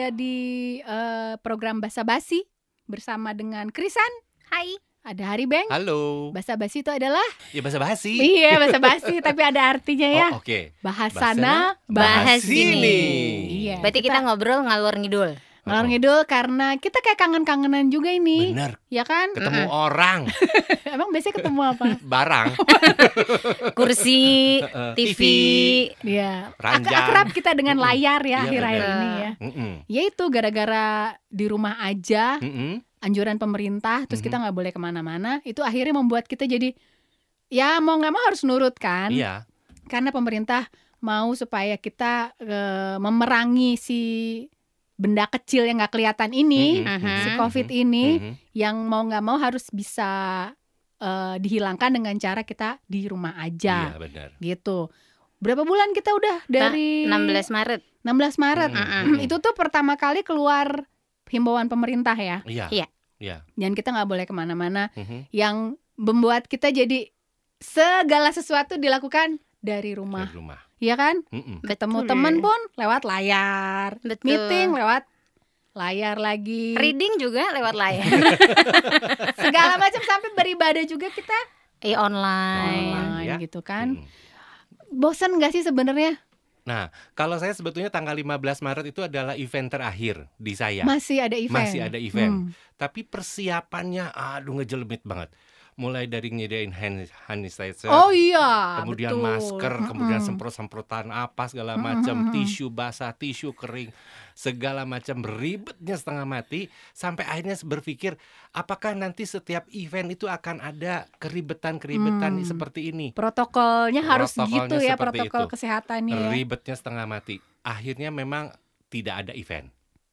ada di program Basa Basi bersama dengan Krisan. Hai. Ada Haribeng. Halo. Basa Basi itu adalah Ya basa basi. Iya, Basa Basi tapi ada artinya ya. Oh, oke. Bahasana, bahas sini. sini. Iya. Berarti kita ngobrol ngalor ngidul. ngalor ngidul karena kita kayak kangen-kangenan juga ini. Bener. Ya kan? Ketemu orang, Emang biasanya ketemu apa? barang, Kursi, TV. Iya. Ranjang. Akrab kita dengan layar ya Iya, akhir-akhir bener. ini ya. Mm-mm. Ya itu gara-gara di rumah aja, Mm-mm. anjuran pemerintah, terus kita nggak boleh kemana-mana, itu akhirnya membuat kita jadi ya mau nggak mau harus nurut kan, Iya. karena pemerintah mau supaya kita memerangi si benda kecil yang nggak kelihatan ini, Mm-mm. si COVID ini, Mm-mm. yang mau nggak mau harus bisa dihilangkan dengan cara kita di rumah aja, Iya benar. gitu. Berapa bulan kita udah dari 16 Maret. 16 Maret, Mm-mm. itu tuh pertama kali keluar himbauan pemerintah ya. Iya. Iya. Iya. Dan kita nggak boleh kemana-mana, Mhm. yang membuat kita jadi segala sesuatu dilakukan dari rumah, Dari rumah. ya kan? Mm-mm. Ketemu Betul. temen pun lewat layar, Betul. meeting lewat layar lagi, Reading juga lewat layar. segala macam sampai beribadah juga kita Online. online ya. gitu kan. Mm. Bosan nggak sih sebenarnya? Nah, kalau saya sebetulnya tanggal 15 Maret itu adalah event terakhir di saya. Masih ada event. Masih ada event. Hmm. Tapi persiapannya aduh ngejelemit banget. Mulai dari nyediain hand sanitizer, Oh iya, kemudian betul. masker, kemudian Mm-mm. semprot-semprotan apa segala macam, tisu basah, tisu kering, segala macam, ribetnya setengah mati sampai akhirnya berpikir apakah nanti setiap event itu akan ada keribetan seperti ini. Protokolnya harus Protokolnya gitu ya, seperti protokol itu. kesehatannya ya. Ribetnya setengah mati. Akhirnya memang tidak ada event.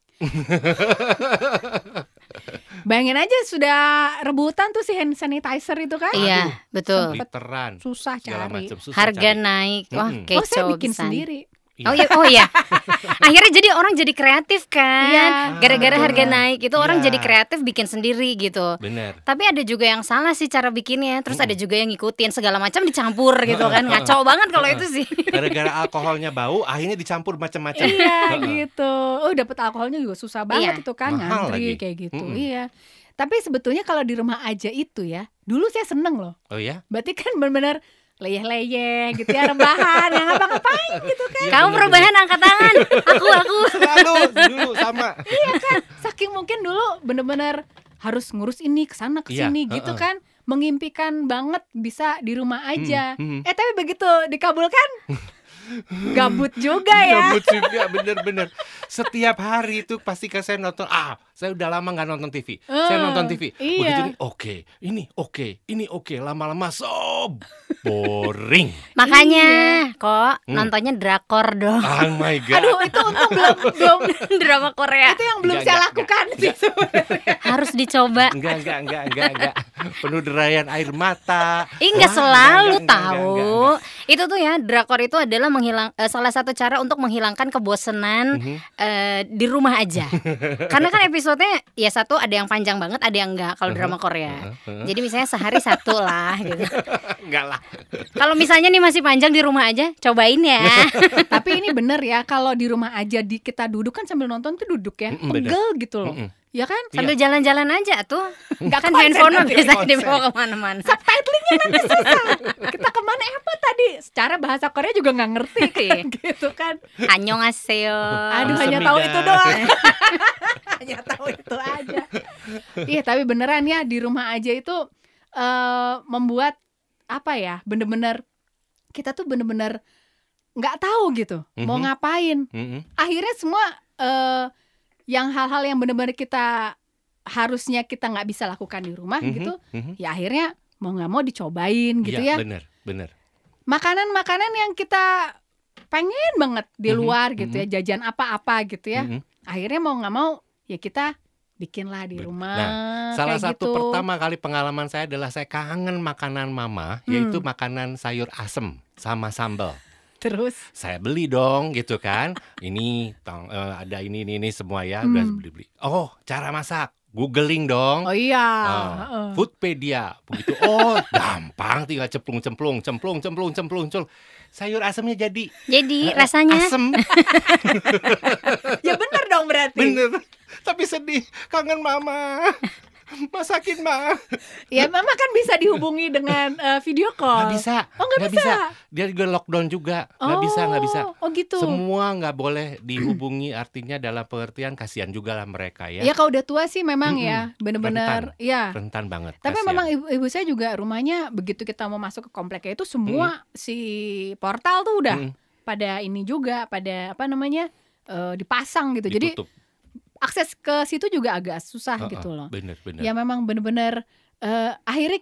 Bayangin aja sudah rebutan tuh si hand sanitizer itu kan. Iya, betul. Literan, Susah segala cari. macam susah Harga cari. naik. Wah, Mm-mm. kecoh Oh, saya bikin pisan. sendiri. Oh iya. Akhirnya jadi orang jadi kreatif kan. Iya. Gara-gara harga naik itu orang Iya. jadi kreatif bikin sendiri gitu. Bener. Tapi ada juga yang salah sih cara bikinnya. Terus ada juga yang ngikutin segala macam dicampur gitu kan. Ngaco banget kalau itu sih. Gara-gara alkoholnya bau, akhirnya dicampur macam-macam. Iya gitu. Oh, dapat alkoholnya juga susah banget Iya. itu kan, Mahal ngantri lagi. kayak gitu. Mm-mm. Iya. Tapi sebetulnya kalau di rumah aja itu ya, dulu saya seneng loh. Oh ya? Berarti kan benar-benar leyeh-leyeh gitu ya, rebahan, nggak ngapa-ngapain gitu kan. Iya, Kamu bener-bener. perubahan angkat tangan. Aku. Selalu dulu sama. Saking mungkin dulu benar-benar harus ngurus ini kesana kesini Iya, gitu kan, mengimpikan banget bisa di rumah aja. Hmm. Tapi begitu dikabulkan, gabut juga ya. Gabut juga, bener-bener. Setiap hari itu pasti kan saya nonton. Saya udah lama nggak nonton TV. Saya nonton TV. Iya. Begitu ini oke. Lama-lama boring. Makanya kok Hmm. nontonnya drakor dong. Oh my god. Aduh, itu untung belum Drama Korea. itu yang belum Enggak, saya enggak, lakukan sih sebenarnya. Harus dicoba. Enggak. Penuh derayan air mata. Enggak Wah, selalu enggak. tahu. Itu tuh ya, drakor itu adalah salah satu cara untuk menghilangkan kebosanan di rumah aja. Karena kan episodenya ya satu ada yang panjang banget, ada yang enggak kalau drama Korea. Jadi misalnya sehari satu lah gitu. Enggak lah. Kalau misalnya nih masih panjang di rumah aja, cobain ya. Tapi ini bener ya, kalau di rumah aja kita duduk kan sambil nonton tuh duduk ya, Bener. pegel gitu loh. Ya kan? Sambil jalan-jalan aja tuh. Nggak Kan konsen handphone nanti. biasa Konsen. dibawa kemana-mana. Subtitlingnya nanti susah. Kita kemana apa tadi? Secara bahasa Korea juga nggak ngerti Iya. gitu kan. Annyeonghaseyo. Aduh, hanya Semida. tahu itu doang. Hanya tahu itu aja. Iya, tapi beneran ya di rumah aja itu membuat apa ya? Bener-bener kita tuh bener-bener nggak tahu gitu mau ngapain. Akhirnya semua yang hal-hal yang bener-bener kita harusnya kita nggak bisa lakukan di rumah gitu, ya akhirnya mau nggak mau dicobain gitu ya. Bener. Makanan-makanan yang kita pengen banget di luar gitu ya, jajan apa-apa gitu ya. Akhirnya mau nggak mau ya kita bikinlah di rumah. Nah, salah kayak satu gitu. pertama kali pengalaman saya adalah saya kangen makanan mama, yaitu makanan sayur asem sama sambal. Terus Saya beli dong gitu kan. Ini ada ini semua ya, udah beli. Oh, cara masak. Googling dong. oh iya. Foodpedia begitu. Gampang, tinggal cemplung. Sayur asemnya jadi Jadi rasanya asem. Ya bener dong berarti. Bener. Tapi sedih, kangen mama. Masakin ma. Ya mama kan bisa dihubungi dengan video call. Nggak bisa. Oh nggak bisa. Dia juga lockdown juga. Nggak bisa. Oh gitu. Semua nggak boleh dihubungi, artinya dalam pengertian kasihan juga lah mereka ya. Ya kalau udah tua sih memang ya bener-bener ya. Rentan banget. Tapi kasihan. memang ibu saya juga rumahnya begitu kita mau masuk ke kompleknya itu semua si portal tuh udah pada ini juga, pada apa namanya dipasang gitu. Ditutup. Jadi akses ke situ juga agak susah gitu loh. Bener. Ya memang bener-bener akhirnya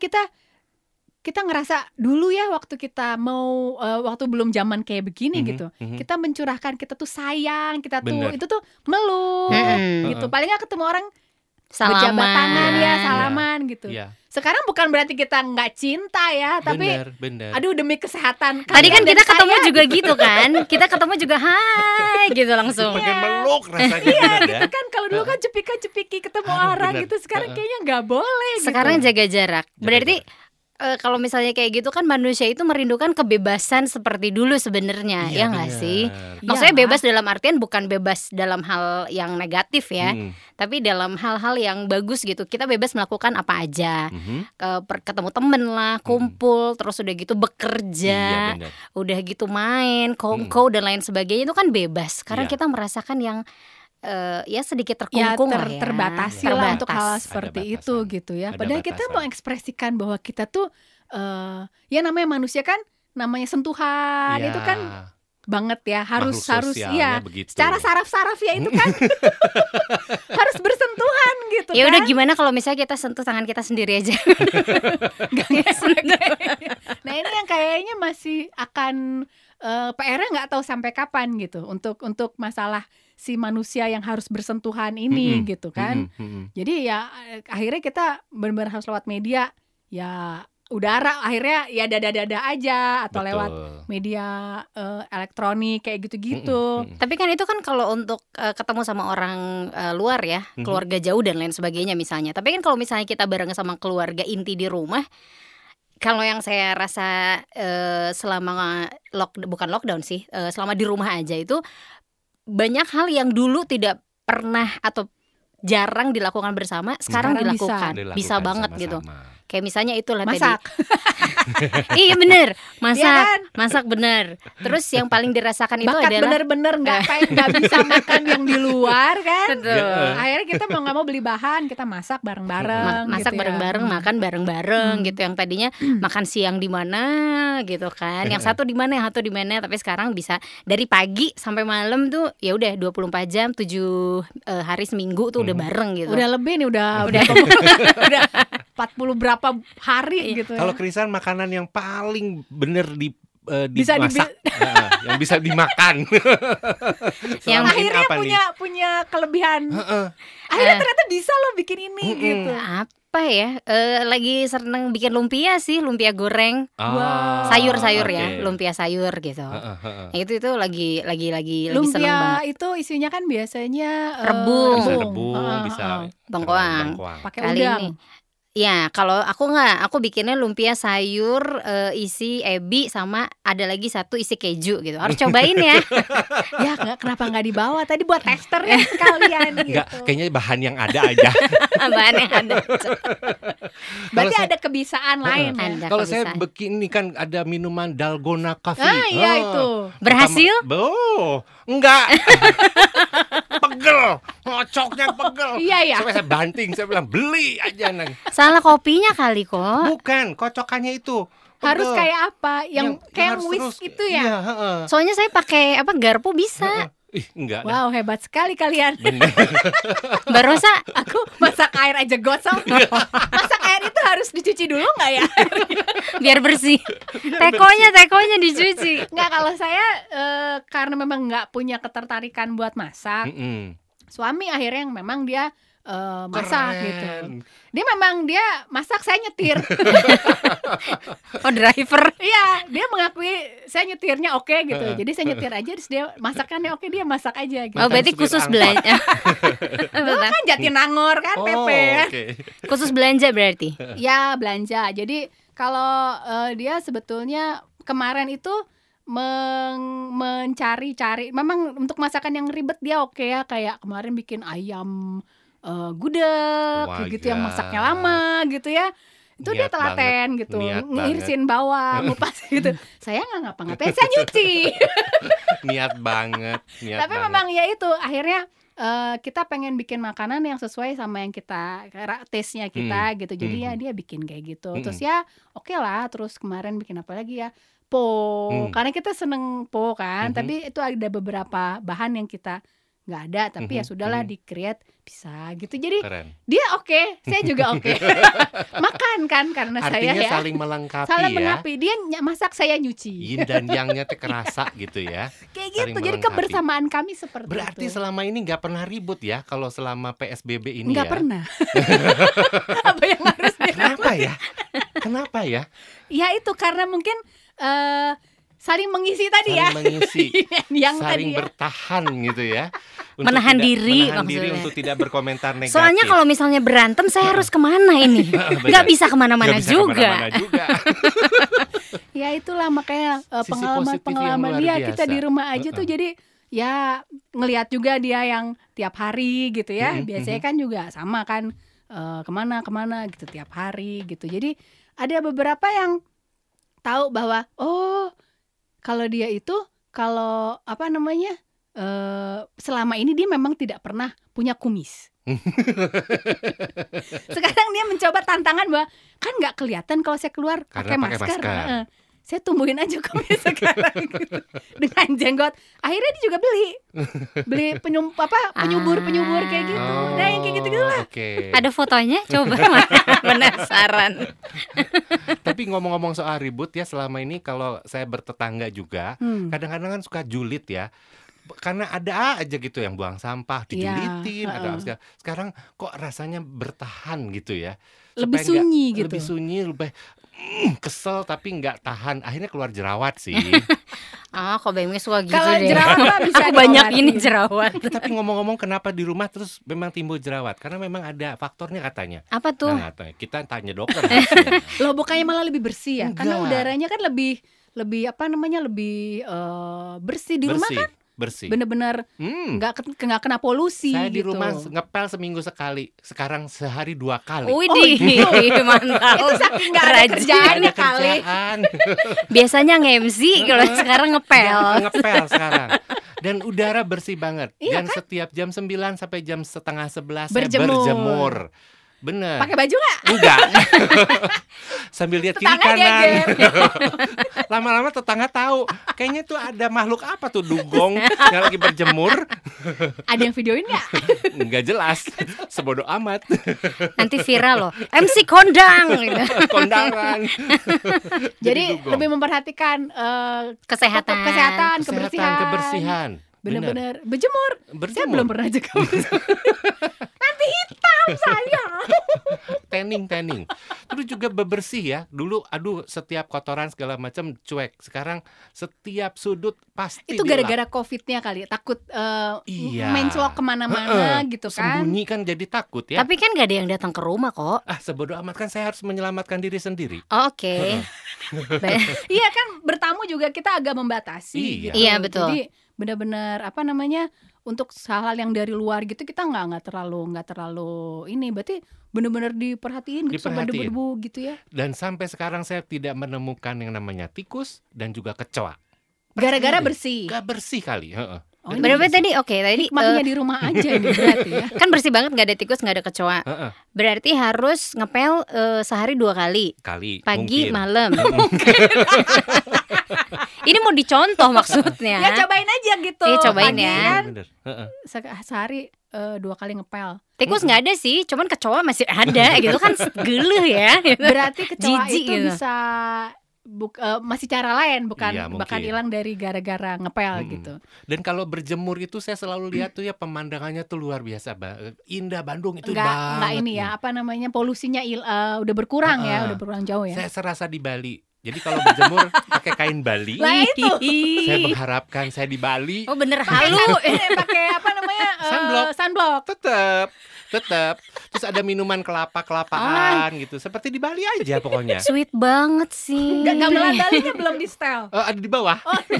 kita ngerasa dulu ya waktu kita mau waktu belum zaman kayak begini gitu, kita mencurahkan, kita tuh sayang, kita tuh itu tuh meluk gitu. Paling nggak ketemu orang berjabat tangan ya, salaman gitu. Iya. Sekarang bukan berarti kita nggak cinta ya, tapi bener. aduh demi kesehatan Tadi kan kalian kita dan ketemu saya. juga gitu kan. Kita ketemu juga hai gitu langsung. Pengen meluk rasanya. Iya bener gitu kan, kalau dulu kan cepika-cepiki ketemu orang bener. gitu, sekarang kayaknya nggak boleh Sekarang gitu. jaga jarak. Berarti kalau misalnya kayak gitu kan manusia itu merindukan kebebasan seperti dulu sebenarnya, ya nggak bener. sih? Iya. Maksudnya bebas dalam artian bukan bebas dalam hal yang negatif ya, tapi dalam hal-hal yang bagus gitu. Kita bebas melakukan apa aja, ketemu temen lah, kumpul, terus udah gitu bekerja, Iya, bener. udah gitu main, kongko dan lain sebagainya itu kan bebas. Sekarang Iya. kita merasakan yang ya sedikit terkungkung lah ya, terbatasi Terbatas. lah untuk hal seperti Ada itu batasan. gitu ya. Ada Padahal kita batasan. mau ekspresikan bahwa kita tuh ya namanya manusia kan, namanya sentuhan Iya. itu kan banget ya, harus Makhluk sosialnya ya begitu. secara saraf-saraf ya itu kan harus bersentuhan gitu Ya udah kan. gimana kalau misalnya kita sentuh tangan kita sendiri aja. Nggak ngefek. Nah ini yang kayaknya masih akan PR-nya nggak tahu sampai kapan gitu untuk masalah si manusia yang harus bersentuhan ini gitu kan. Jadi ya akhirnya kita benar-benar harus lewat media ya udara, akhirnya ya dada-dada aja atau Betul. lewat media elektronik kayak gitu-gitu. Tapi kan itu kan kalau untuk ketemu sama orang luar ya, keluarga jauh dan lain sebagainya misalnya. Tapi kan kalau misalnya kita bareng sama keluarga inti di rumah, kalau yang saya rasa selama bukan lockdown sih, selama di rumah aja itu banyak hal yang dulu tidak pernah atau jarang dilakukan bersama, sekarang dilakukan. Bisa banget sama-sama. gitu. Kayak misalnya itulah Masak. tadi. Iya bener, masak, Iya kan? masak bener. Terus yang paling dirasakan itu Bakat adalah bener-bener nggak bisa makan yang di luar kan. Betul. Akhirnya kita mau nggak mau beli bahan, kita masak bareng-bareng. masak gitu ya. bareng-bareng, makan bareng-bareng gitu. Yang tadinya makan siang di mana gitu kan. Yang satu di mana, yang satu di mana, tapi sekarang bisa dari pagi sampai malam tuh ya udah 24 jam 7 hari seminggu tuh udah bareng gitu. Udah lebih nih, udah 40 berapa hari gitu. Kalau Krisan makanan yang paling bener Bisa dimasak, yang bisa dimakan. Selama ini akhirnya apa nih? punya kelebihan. Akhirnya ternyata bisa loh bikin ini gitu. Apa ya? Lagi seneng bikin lumpia sih, lumpia goreng. Ah, Sayur-sayur oke. ya, lumpia sayur gitu. Nah, itu lagi seneng Lumpia banget. itu isinya kan biasanya Rebung. Bisa rebung, bisa Bengkoang. pakai Kali udang. ini ya, kalau aku nggak, aku bikinnya lumpia sayur isi ebi sama ada lagi satu isi keju gitu. Harus cobain ya. Ya kenapa nggak dibawa tadi buat testernya sekalian gitu. Enggak, kayaknya bahan yang ada aja. Bahan yang ada. Berarti Kalau ada kebiasaan lain ya. Ada Kalau saya kebiasaan. begini kan ada minuman dalgona coffee. Ah iya itu. Berhasil? Enggak. Pegel, ngocoknya pegel. Iya, iya. Sampai saya banting, saya bilang beli aja nang. Salah kopinya kali kok. Bukan, kocokannya itu. Pegel. Harus kayak apa? Yang kayak harus whisk terus. itu ya. Iya, heeh. Soalnya saya pakai garpu bisa. Ih, enggak dah. Wow, hebat sekali kalian. Mbak Rosa, Aku masak air aja gosong. Masak air itu harus dicuci dulu nggak ya? biar bersih. Tekonya dicuci. Nggak, kalau saya karena memang nggak punya ketertarikan buat masak. Suami akhirnya yang memang dia masak Keren. gitu. Dia memang dia masak, saya nyetir. Oh, driver. Iya, dia mengakui saya nyetirnya oke gitu. Jadi saya nyetir aja, terus dia masakannya oke, dia masak aja gitu. Oh, berarti supir khusus angkot. belanja. Dulu kan Jatinangor kan Oh, PP kan. oke. Khusus belanja berarti. Ya belanja. Jadi kalau dia sebetulnya kemarin itu mencari-cari. Memang untuk masakan yang ribet dia oke ya, kayak kemarin bikin ayam gudeg Wah, gitu yang masaknya ya. lama gitu ya. Itu dia Niat telaten banget, gitu, niat ngirisin bawang, ngupas gitu. Saya nggak ngapa-ngapain, saya nyuci. Niat banget, niat Tapi banget. memang ya itu akhirnya kita pengen bikin makanan yang sesuai sama yang kita taste-nya kita gitu. Jadi ya dia bikin kayak gitu. Terus ya oke lah. Terus kemarin bikin apa lagi ya? Po. Karena kita seneng po kan. Tapi itu ada beberapa bahan yang kita nggak ada. Tapi ya sudahlah di-create bisa gitu. Jadi Keren. dia oke, saya juga oke. Makan kan karena Artinya saya ya saling melengkapi salah ya. mengapi. Dia masak, saya nyuci. Yin dan yang-nya teh kerasa gitu ya. Kayak saling gitu. Jadi melengkapi. kebersamaan kami seperti Berarti itu. selama ini nggak pernah ribut ya kalau selama PSBB ini Nggak ya? pernah. Apa yang harus Kenapa ya? Kenapa ya? Ya itu karena mungkin saling mengisi tadi Saling mengisi, yang saling tadi ya. bertahan gitu ya. Untuk Menahan tidak- diri menahan diri maksudnya. untuk tidak berkomentar negatif. Soalnya kalau misalnya berantem saya harus kemana ini? Benar. Nggak bisa kemana-mana Nggak bisa juga. kemana-mana juga. Ya itulah makanya Sisi pengalaman positif yang luar dia kita biasa. di rumah aja tuh jadi ya ngelihat juga dia yang tiap hari gitu ya. Biasanya kan juga sama kan kemana gitu tiap hari gitu. Jadi ada beberapa yang tahu bahwa kalau dia itu kalau apa namanya selama ini dia memang tidak pernah punya kumis. Sekarang dia mencoba tantangan bahwa kan nggak kelihatan kalau saya keluar pakai Karena pakai masker. masker. Saya tumbuhin aja kumis sekarang gitu. Dengan jenggot. Akhirnya dia juga beli penyubur kayak gitu. Nah yang kayak gitu lah. Oke. Ada fotonya? Coba penasaran. Tapi ngomong-ngomong soal ribut ya, selama ini kalau saya bertetangga juga, kadang-kadang kan suka julid ya. Karena ada aja gitu yang buang sampah, dijulitin, ada apa. Sekarang kok rasanya bertahan gitu ya. Lebih Supaya sunyi nggak- gitu. Lebih sunyi, lebih kesel tapi nggak tahan. Akhirnya keluar jerawat sih. Kok Bemi suka gitu Kalau deh. jerawat mah bisa Aku banyak diobatin. ini jerawat. Tapi ngomong-ngomong kenapa di rumah terus memang timbul jerawat? Karena memang ada faktornya katanya. Apa tuh? Nah, kita tanya dokter harusnya. Loh bukannya malah lebih bersih ya? Karena Enggak. udaranya kan lebih apa namanya lebih bersih di rumah kan bersih. bener-bener nggak kena polusi Saya di gitu. rumah ngepel seminggu sekali. Sekarang sehari 2 kali. Widih, mantap. Itu saking nggak ada Rajin. kerjaannya Ada kali. kerjaan. Biasanya nge-MC, kalau sekarang ngepel. Ngepel sekarang. Dan udara bersih banget. Iya Dan setiap jam 9 sampai jam setengah 11 Berjemur. saya berjemur. Bener. Pakai baju nggak? Enggak. Sambil lihat kiri Tetangga kanan. geger. Lama-lama tetangga tahu. Kayaknya tuh ada makhluk apa tuh dugong yang lagi berjemur. Ada yang videoin nggak? Enggak jelas. Sebodoh amat. Nanti viral loh. MC kondang gitu. Kondangan. Jadi dugong. lebih memperhatikan Kesehatan. kesehatan, Kesehatan, kebersihan. Bener-bener berjemur. Saya Berjemur. belum pernah juga. Nanti hitam saya. Tanning. Terus juga bebersih ya. Dulu aduh setiap kotoran segala macam cuek. Sekarang setiap sudut pasti Itu dilap. gara-gara COVID-nya kali ya. Takut Iya. menclok kemana-mana gitu kan. Sembunyi kan jadi takut ya. Tapi kan gak ada yang datang ke rumah kok. Sebodoh amat kan saya harus menyelamatkan diri sendiri. Oke. Iya kan bertamu juga kita agak membatasi Iya. gitu. Iya, betul. Jadi benar-benar apa namanya untuk hal-hal yang dari luar gitu kita nggak terlalu ini berarti benar-benar diperhatiin gitu sama Diperhatiin. debu-debu gitu ya. Dan sampai sekarang saya tidak menemukan yang namanya tikus dan juga kecoa. Gara-gara Percaya deh. bersih. Gak bersih kali. Oh, ini Berapa tadi? Oke, tadi hikmahnya di rumah aja ini berarti ya. kan bersih banget, gak ada tikus, gak ada kecoa. Heeh. Berarti harus ngepel sehari 2 kali. Kali. Pagi, mungkin. malam. Ini mau dicontoh maksudnya. Ya cobain aja gitu. Iya, cobain Pagi ya. kan, Bener. Heeh. sehari 2 kali ngepel. Tikus nggak ada sih, cuman kecoa masih ada gitu kan, geluh ya. Berarti kecoa Jijik itu gitu. bisa masih cara lain bukan Iya, mungkin. bahkan hilang dari gara-gara ngepel Mm-mm. gitu. Dan kalau berjemur itu saya selalu lihat tuh ya pemandangannya tuh luar biasa. Indah Bandung itu Enggak ini ya, apa namanya polusinya udah berkurang ya, Ah, udah berkurang jauh ya. Saya serasa di Bali. Jadi kalau berjemur pakai kain Bali. Lah itu. Saya mengharapkan saya di Bali Oh bener Pakai halu. pakai apa namanya? Sunblock. tetap. Terus ada minuman kelapaan gitu. Seperti di Bali aja pokoknya. Sweet banget sih. Gamelan Balinya belum di setel. Ada di bawah.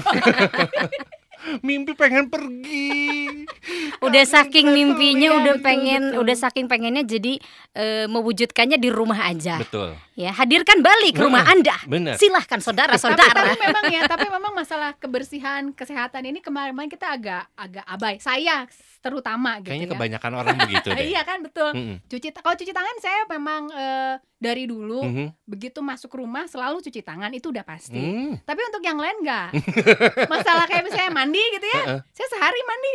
Mimpi pengen pergi. Udah saking mimpinya, Iya, betul. udah saking pengennya jadi mewujudkannya di rumah aja. Betul. Ya, hadirkan Bali ke rumah Anda. Bener. Silahkan saudara-saudara. Tapi memang masalah kebersihan, kesehatan ini kemarin kita agak abai. Saya terutama gitu Kayaknya ya. kebanyakan orang begitu deh. Iya kan, betul. Mm-mm. Kalau cuci tangan saya memang dari dulu Mhm. begitu masuk rumah selalu cuci tangan, itu udah pasti. Hmm. Tapi untuk yang lain enggak. Masalah kayak misalnya mandi gitu ya. Saya sehari mandi.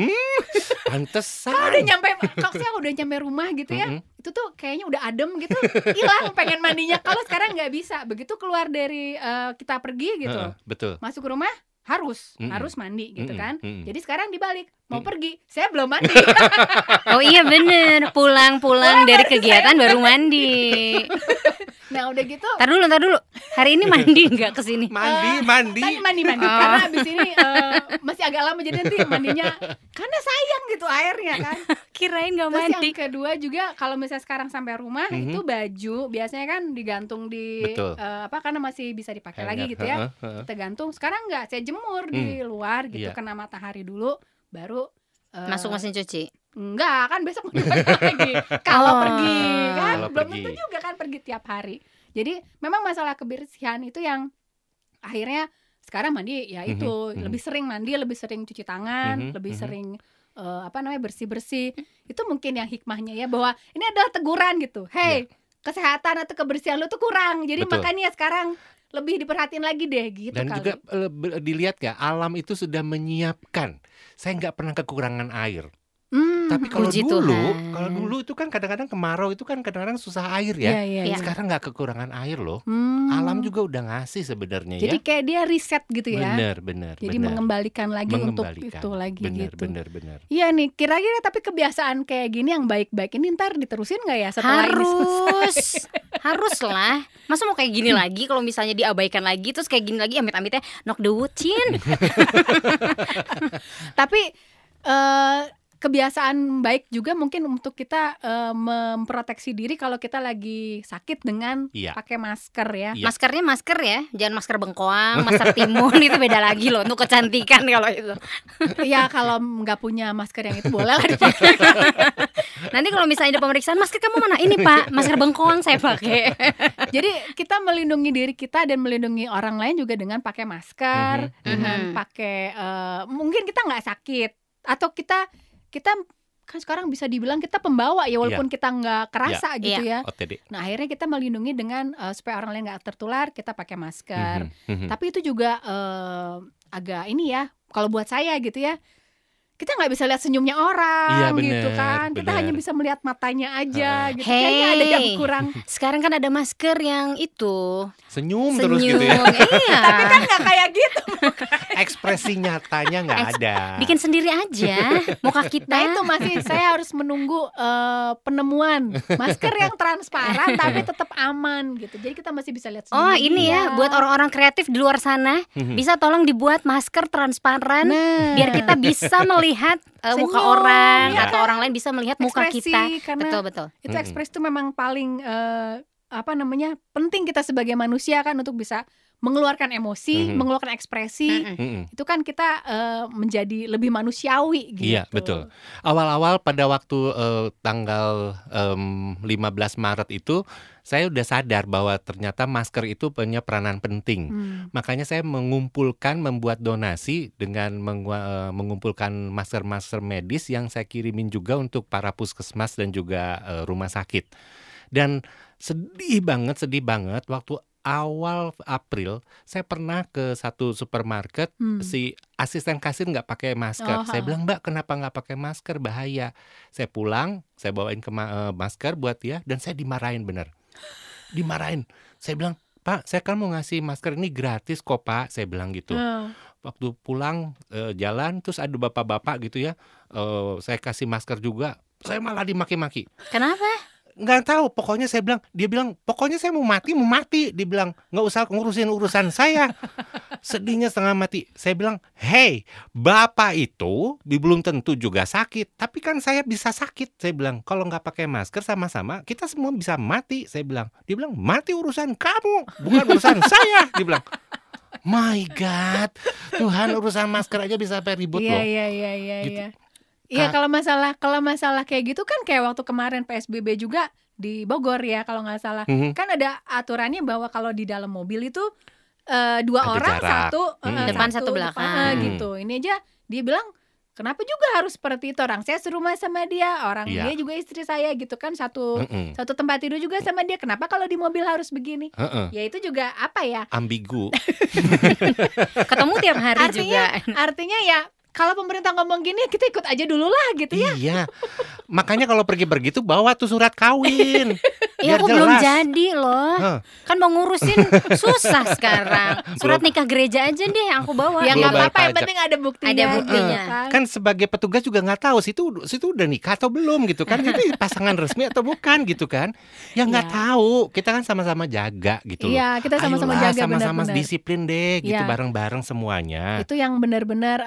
Pantesan. Kalau saya udah nyampe rumah gitu ya. Mm-mm. Itu tuh kayaknya udah adem gitu, hilang pengen mandinya. Kalau sekarang nggak bisa. Begitu keluar dari kita pergi gitu, Betul. masuk rumah harus Mm-mm. mandi gitu Mm-mm. kan. Mm-mm. Jadi sekarang dibalik, mau pergi, saya belum mandi. Oh iya bener, pulang dari kegiatan baru mandi. Nah udah gitu Tar dulu. Hari ini mandi nggak kesini? Mandi. tadi mandi karena abis ini masih agak lama, jadi nanti mandinya karena sayang gitu airnya kan. Kirain nggak Terus mandi. yang kedua juga kalau misalnya sekarang sampai rumah Mhm. itu baju biasanya kan digantung di Betul. karena masih bisa dipakai lagi gitu ya. Kita gantung. Sekarang enggak, saya jemur di luar gitu, Iya. kena matahari dulu baru Masuk mesin cuci. enggak, kan besok mau dipakai lagi. Kalau Oh. pergi kan Kalau belum pergi. tentu juga kan pergi tiap hari. Jadi memang masalah kebersihan itu yang akhirnya sekarang mandi ya itu Mhm. lebih sering mandi, lebih sering cuci tangan, Mhm. lebih Mhm. sering bersih-bersih. Itu mungkin yang hikmahnya ya, bahwa ini adalah teguran gitu. Hey, kesehatan atau kebersihan lu tuh kurang. Jadi Betul. makanya sekarang lebih diperhatiin lagi deh gitu. Dan kali. juga dilihat ya, alam itu sudah menyiapkan. Saya nggak pernah kekurangan air. Tapi kalau Puji dulu, Tuhan. itu kan kadang-kadang kemarau itu kan kadang-kadang susah air ya. Iya. Iya. Sekarang nggak kekurangan air loh. Hmm. Alam juga udah ngasih sebenarnya Jadi ya. kayak dia riset gitu ya. Benar. Jadi mengembalikan lagi untuk itu lagi benar, gitu. Benar. Iya nih, kira-kira tapi kebiasaan kayak gini yang baik-baik ini ntar diterusin nggak ya setelah ini selesai? Harus lah. Masa mau kayak gini lagi? Kalau misalnya diabaikan lagi, terus kayak gini lagi, amit-amitnya knock the wood, Cin. Tapi kebiasaan baik juga mungkin untuk kita memproteksi diri kalau kita lagi sakit dengan Iya. pakai masker ya. Iya. Maskernya masker ya, jangan masker bengkoang, masker timun itu beda lagi loh. Untuk kecantikan kalau itu. Ya kalau nggak punya masker yang itu boleh lah dipakai. Nanti kalau misalnya ada pemeriksaan, masker kamu mana? Ini Pak, masker bengkoang saya pakai. Jadi kita melindungi diri kita dan melindungi orang lain juga dengan pakai masker, dengan pakai mungkin kita nggak sakit atau kita kan sekarang bisa dibilang kita pembawa ya walaupun kita nggak kerasa gitu ya. OTD. Nah akhirnya kita melindungi dengan supaya orang lain nggak tertular, kita pakai masker. Mhm. Tapi itu juga agak ini ya, kalau buat saya gitu ya, kita nggak bisa lihat senyumnya orang Iya, bener, gitu kan. Kita bener. hanya bisa melihat matanya aja gitu. Hey. Kayaknya ada yang kurang. Sekarang kan ada masker yang itu Senyum terus gitu ya. Iya. Tapi kan nggak kayak gitu. Ekspresi nyatanya nggak ada. Bikin sendiri aja muka kita. Nah itu masih saya harus menunggu penemuan masker yang transparan tapi tetap aman gitu. Jadi kita masih bisa lihat Oh senyumnya ini dia. ya buat orang-orang kreatif di luar sana, bisa tolong dibuat masker transparan Nah. biar kita bisa melihat muka Senyum, orang ya atau kan? orang lain bisa melihat muka Ekspresi, kita. karena Betul. itu ekspresi itu memang paling penting kita sebagai manusia kan untuk bisa mengeluarkan emosi, mengeluarkan ekspresi. Itu kan kita menjadi lebih manusiawi gitu. Iya, betul. Awal-awal pada waktu tanggal 15 Maret itu saya udah sadar bahwa ternyata masker itu punya peranan penting. Makanya saya membuat donasi dengan mengumpulkan masker-masker medis yang saya kirimin juga untuk para puskesmas dan juga rumah sakit. Dan sedih banget waktu awal April saya pernah ke satu supermarket, si asisten kasir nggak pakai masker. Saya bilang, Mbak kenapa nggak pakai masker, bahaya. Saya pulang, saya bawain masker buat dia dan saya dimarahin bener. Dimarahin. Saya bilang, Pak saya kan mau ngasih masker ini gratis kok Pak, saya bilang gitu. Waktu pulang jalan terus ada bapak-bapak gitu ya, saya kasih masker juga, saya malah dimaki-maki. Kenapa? nggak tahu. Pokoknya dia bilang pokoknya saya mau mati. Dia bilang nggak usah ngurusin urusan saya. Sedihnya setengah mati. Saya bilang, hey, bapak itu belum tentu juga sakit, tapi kan saya bisa sakit. Saya bilang kalau nggak pakai masker sama-sama kita semua bisa mati. Saya bilang, dia bilang mati urusan kamu, bukan urusan saya. Dia bilang, my God, Tuhan urusan masker aja bisa sampai ribut loh. Iya. Gitu. Iya, kalau masalah kayak gitu kan kayak waktu kemarin PSBB juga di Bogor ya kalau nggak salah. Kan ada aturannya bahwa kalau di dalam mobil itu 2 Ada orang, jarak. Depan, satu belakang. gitu. Ini aja dia bilang kenapa juga harus seperti itu, orang saya serumah sama dia, orang Iya. dia juga istri saya gitu kan, satu tempat tidur juga sama dia, kenapa kalau di mobil harus begini? Ya itu juga apa ya? Ambigu. Ketemu tiap hari juga. Artinya ya kalau pemerintah ngomong gini kita ikut aja dulu lah gitu ya. Iya. Makanya kalau pergi tuh bawa tuh surat kawin. Iya, Biar aku belum jelas. jadi loh. Kan mau ngurusin susah sekarang. Surat nikah gereja aja deh yang aku bawa. Ya Belum nggak bayar apa-apa, yang pajak. penting ada buktinya. Ada buktinya. gitu Kan sebagai petugas juga nggak tahu situ udah nikah atau belum gitu kan. Jadi pasangan resmi atau bukan gitu kan. Ya nggak Iya. tahu. Kita kan sama-sama jaga gitu loh. Iya, kita sama-sama Ayolah, jaga, sama-sama benar-benar. disiplin deh gitu, Iya. bareng-bareng semuanya. Itu yang benar-benar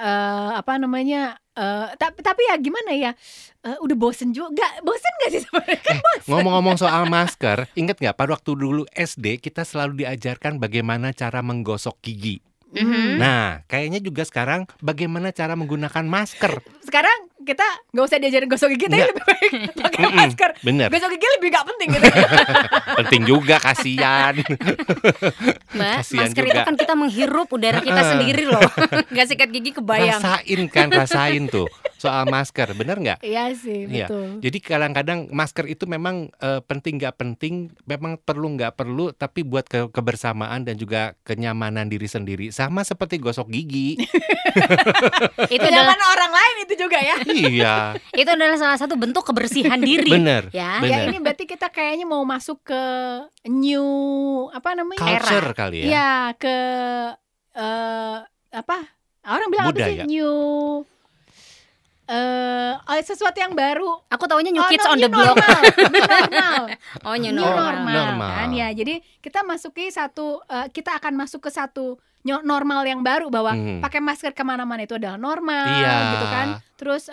tapi ya gimana ya, udah bosen juga. Bosen gak sih sebenarnya? Kan bosen. Ngomong-ngomong soal masker, inget nggak pada waktu dulu SD kita selalu diajarkan bagaimana cara menggosok gigi. Nah, kayaknya juga sekarang bagaimana cara menggunakan masker. Sekarang kita nggak usah diajarin gosok gigi, tapi Nggak. lebih baik pakai masker. Bener. Gosok gigi lebih gak penting gitu. Penting juga, kasihan. Mbak, Kasihan masker juga. itu kan kita menghirup udara kita sendiri loh. Gak sikat gigi kebayang. Rasain tuh soal masker, bener nggak? Iya sih, Iya. betul. Jadi kadang-kadang masker itu memang penting nggak penting, memang perlu nggak perlu, tapi buat kebersamaan dan juga kenyamanan diri sendiri, sama seperti gosok gigi. Itu adalah Kenyamanan orang lain itu juga ya. Iya, itu adalah salah satu bentuk kebersihan diri. bener. Ya. Bener. Ya ini berarti kita kayaknya mau masuk ke new apa namanya? Culture kali ya. Ya ke apa? Orang bilang apa sih? Budaya. New sesuatu yang baru. Aku taunya New Kids no, on the new Block. normal. Oh, new New normal. normal kan ya. Jadi kita kita akan masuk ke satu new normal yang baru, bahwa pakai masker kemana-mana itu adalah normal, Iya. gitu kan. Terus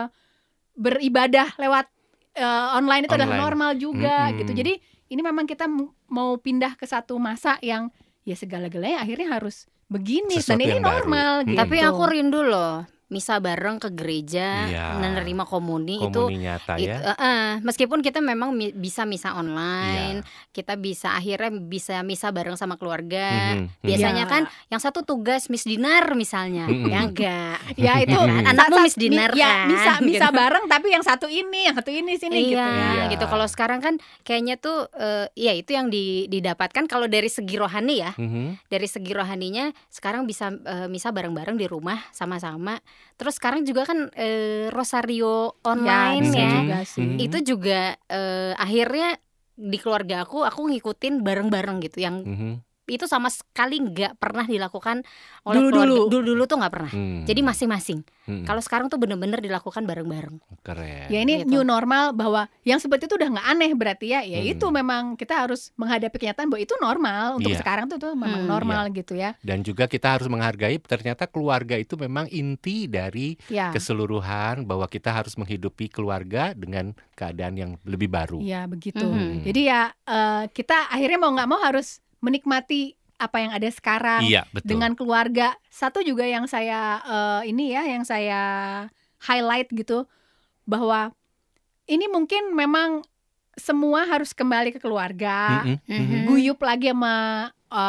beribadah lewat online itu adalah Online. normal juga gitu. Jadi ini memang kita mau pindah ke satu masa yang ya segala-galanya akhirnya harus begini, Sesuatu dan ini yang baru. normal gitu. Tapi aku rindu loh misa bareng ke gereja, Iya. menerima komuni, Komuni nyata ya. meskipun kita memang bisa misa online, kita bisa akhirnya bisa misa bareng sama keluarga. Biasanya Iya. kan yang satu tugas Miss Dinar misalnya, ya enggak? Ya itu Ya kan? Anakmu Miss Dinar ya, kan? bisa Gitu. bareng, tapi yang satu ini sini gitu Iya, ya. Iya. gitu. Kalau sekarang kan kayaknya tuh ya itu yang didapatkan kalau dari segi rohani ya. Dari segi rohaninya sekarang bisa misa bareng-bareng di rumah sama-sama. Terus sekarang juga kan rosario online bisa ya. juga sih. Itu juga akhirnya di keluarga aku ngikutin bareng-bareng gitu. Yang itu sama sekali nggak pernah dilakukan oleh Dulu-dulu. keluarga. Dulu tuh nggak pernah. Jadi masing-masing. Kalau Kalau sekarang tuh bener-bener dilakukan bareng-bareng. keren. Ya ini Gitu. new normal, bahwa yang seperti itu udah nggak aneh berarti ya. Ya itu memang kita harus menghadapi kenyataan bahwa itu normal untuk Iya. sekarang tuh memang normal gitu ya. Dan juga kita harus menghargai ternyata keluarga itu memang inti dari Ya. keseluruhan, bahwa kita harus menghidupi keluarga dengan keadaan yang lebih baru. Iya begitu. Mhm. Jadi ya kita akhirnya mau nggak mau harus menikmati apa yang ada sekarang Iya, betul. dengan keluarga. Satu juga yang saya yang saya highlight gitu, bahwa ini mungkin memang semua harus kembali ke keluarga, guyup lagi sama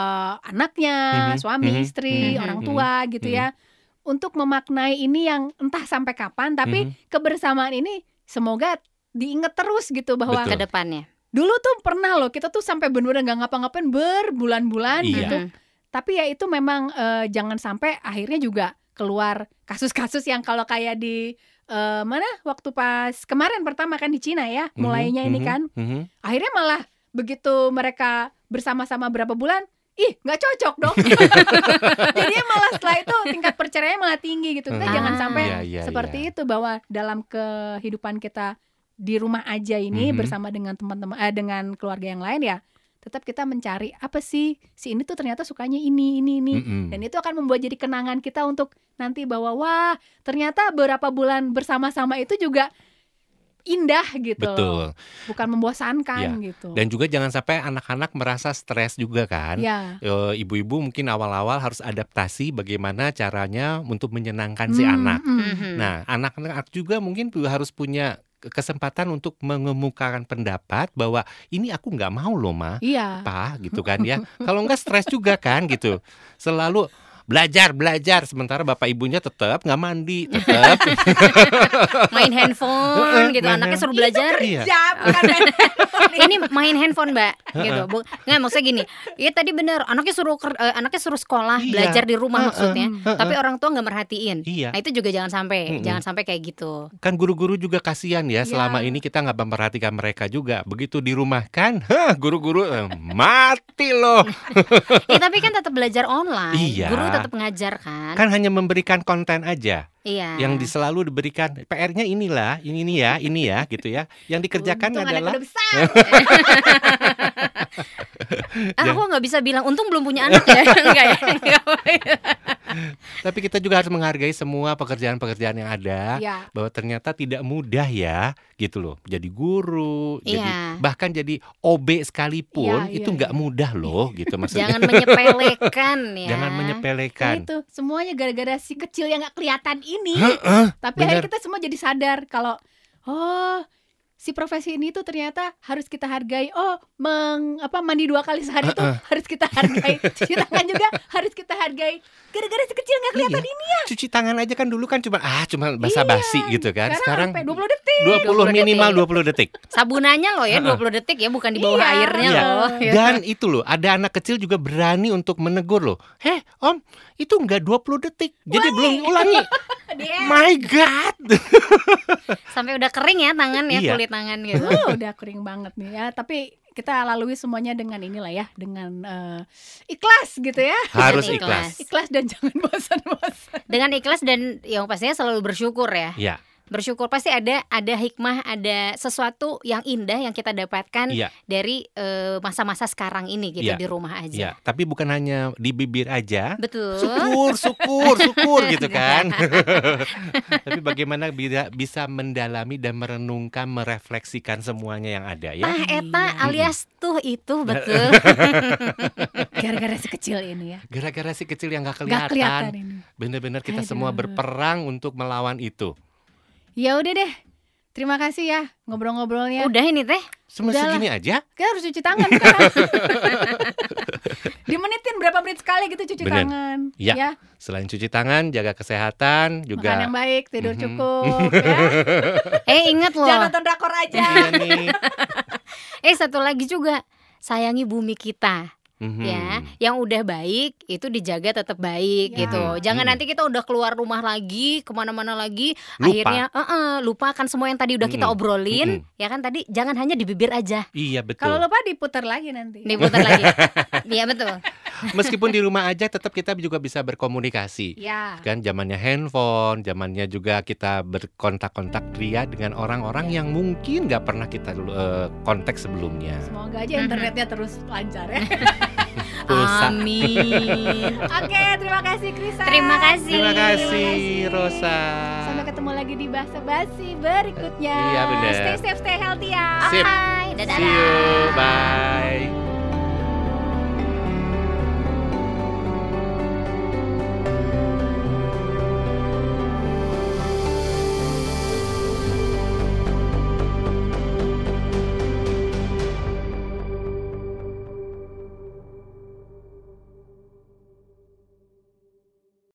anaknya, suami, istri, orang tua gitu ya, untuk memaknai ini yang entah sampai kapan, tapi kebersamaan ini semoga diingat terus gitu, bahwa Betul. Ke depannya. dulu tuh pernah loh kita tuh sampai bener-bener nggak ngapa-ngapain berbulan-bulan Iya. gitu. Tapi ya itu memang jangan sampai akhirnya juga keluar kasus-kasus yang kalau kayak di mana waktu pas kemarin pertama kan di Cina ya mulainya ini kan. Akhirnya malah begitu mereka bersama-sama berapa bulan, ih nggak cocok dong. Jadinya malah setelah itu tingkat perceraian malah tinggi gitu. Kita jangan sampai Iya, seperti itu, bahwa dalam kehidupan kita di rumah aja ini Mhm. bersama dengan teman-teman dengan keluarga yang lain ya, tetap kita mencari apa sih si ini tuh ternyata sukanya ini Mm-mm. dan itu akan membuat jadi kenangan kita untuk nanti bahwa wah ternyata beberapa bulan bersama-sama itu juga indah gitu, Betul. bukan membosankan Ya. gitu. Dan juga jangan sampai anak-anak merasa stres juga kan. Ya. Ibu-ibu mungkin awal-awal harus adaptasi bagaimana caranya untuk menyenangkan si anak. Mhm. Nah, anak-anak juga mungkin harus punya kesempatan untuk mengemukakan pendapat bahwa ini aku nggak mau loh ma, Iya. pa gitu kan ya. Kalau nggak stres juga kan gitu. Selalu belajar sementara bapak ibunya tetap nggak mandi, tetap Main handphone gitu, main anaknya suruh Itu belajar. Iya. kerja bukan main handphone. Ini main handphone mbak, gitu. Nggak, maksudnya gini, ya tadi bener, anaknya suruh sekolah, Iya. belajar di rumah maksudnya, Heeh. tapi orang tua nggak merhatiin. Iya. Nah itu juga jangan sampai, Mm-mm. jangan sampai kayak gitu. Kan guru-guru juga kasihan ya, Iya. selama ini kita nggak memperhatikan mereka juga. Begitu dirumahkan, guru-guru mati loh. Tapi kan tetap belajar online, Iya. guru tetap ngajar kan. Kan hanya memberikan konten aja. Iya. Yang selalu diberikan PR-nya inilah, ini ya, gitu ya. Yang dikerjakan Untung anak adalah udah besar. Aku nggak bisa bilang, untung belum punya anak ya. Enggak ya. tapi kita juga harus menghargai semua pekerjaan-pekerjaan yang ada. Ya. Bahwa ternyata tidak mudah ya, gitu loh. Jadi guru, Iya. bahkan jadi OB sekalipun Iya, itu iya, nggak mudah loh, gitu maksudnya. Jangan menyepelekan ya. Jangan Nah, menyepelekan. itu semuanya gara-gara si kecil yang nggak kelihatan ini. Tapi bener. akhirnya kita semua jadi sadar kalau oh si profesi ini tuh ternyata harus kita hargai. Oh, mandi 2 kali sehari itu harus kita hargai. Cuci tangan juga harus kita hargai. Gara-gara si kecil nggak kelihatan Iya. ini ya. Cuci tangan aja kan dulu kan cuma basa-basi Iya. gitu kan. Sekarang Sekarang sampai 20 detik. 20 minimal 20 detik. Sabunannya loh ya 20 detik ya, bukan di bawah Iya. airnya Iya. loh. Dan itu loh, ada anak kecil juga berani untuk menegur loh. Om, itu enggak 20 detik. Jadi belum ulangi. Dia My God. Sampai udah kering ya tangan ya, Iya. kulit tangan gitu. udah kering banget nih ya. Tapi kita lalui semuanya dengan inilah ya, dengan ikhlas gitu ya. Harus Dengan ikhlas. Ikhlas dan jangan bosan-bosan. Dengan ikhlas dan yang pastinya selalu bersyukur ya. Iya, Bersyukur pasti ada hikmah, ada sesuatu yang indah yang kita dapatkan iya, dari masa-masa sekarang ini gitu Iya. di rumah iya. aja. Tapi bukan hanya di bibir aja. Betul. Syukur gitu kan. Tapi bagaimana bisa mendalami dan merenungkan, merefleksikan semuanya yang ada ya. Tah eta Iya. alias tuh itu betul. Gara-gara si kecil ini ya. Gara-gara si kecil yang gak Gak kelihatan kelihatan. ini. Bener-bener kita Aduh. semua berperang untuk melawan itu. Ya udah deh. Terima kasih ya ngobrol-ngobrolnya. Udah ini teh. Cuma Udahlah. segini aja. Kita harus cuci tangan sekarang. Dimenitin berapa menit sekali gitu cuci Bener. tangan. Ya. Ya. Selain cuci tangan, jaga kesehatan Makan juga. yang baik, tidur Mhm. cukup ya. Ingat loh. Jangan nonton drakor aja. Iya nih. Satu lagi juga, sayangi bumi kita. Mhm. Ya, yang udah baik itu dijaga tetap baik Ya. gitu. Jangan nanti kita udah keluar rumah lagi, kemana-mana lagi, Lupa. akhirnya lupa kan semua yang tadi udah kita obrolin. Mm-mm. Ya kan tadi jangan hanya di bibir aja, Iya betul. Kalau lupa diputar lagi nanti. diputar lagi. Iya betul. Meskipun di rumah aja tetap kita juga bisa berkomunikasi. Ya. Kan zamannya handphone, zamannya juga kita berkontak-kontak pria dengan orang-orang yang mungkin nggak pernah kita kontak sebelumnya. Semoga aja internetnya terus lancar ya. Pulsa. Amin. Oke, terima kasih Krisa. Terima kasih. Terima kasih Rosa. Sampai ketemu lagi di Bahasa Basi berikutnya. Iya, bener. Stay safe, stay healthy ya. Sip. Hai, dadah. See you. Bye.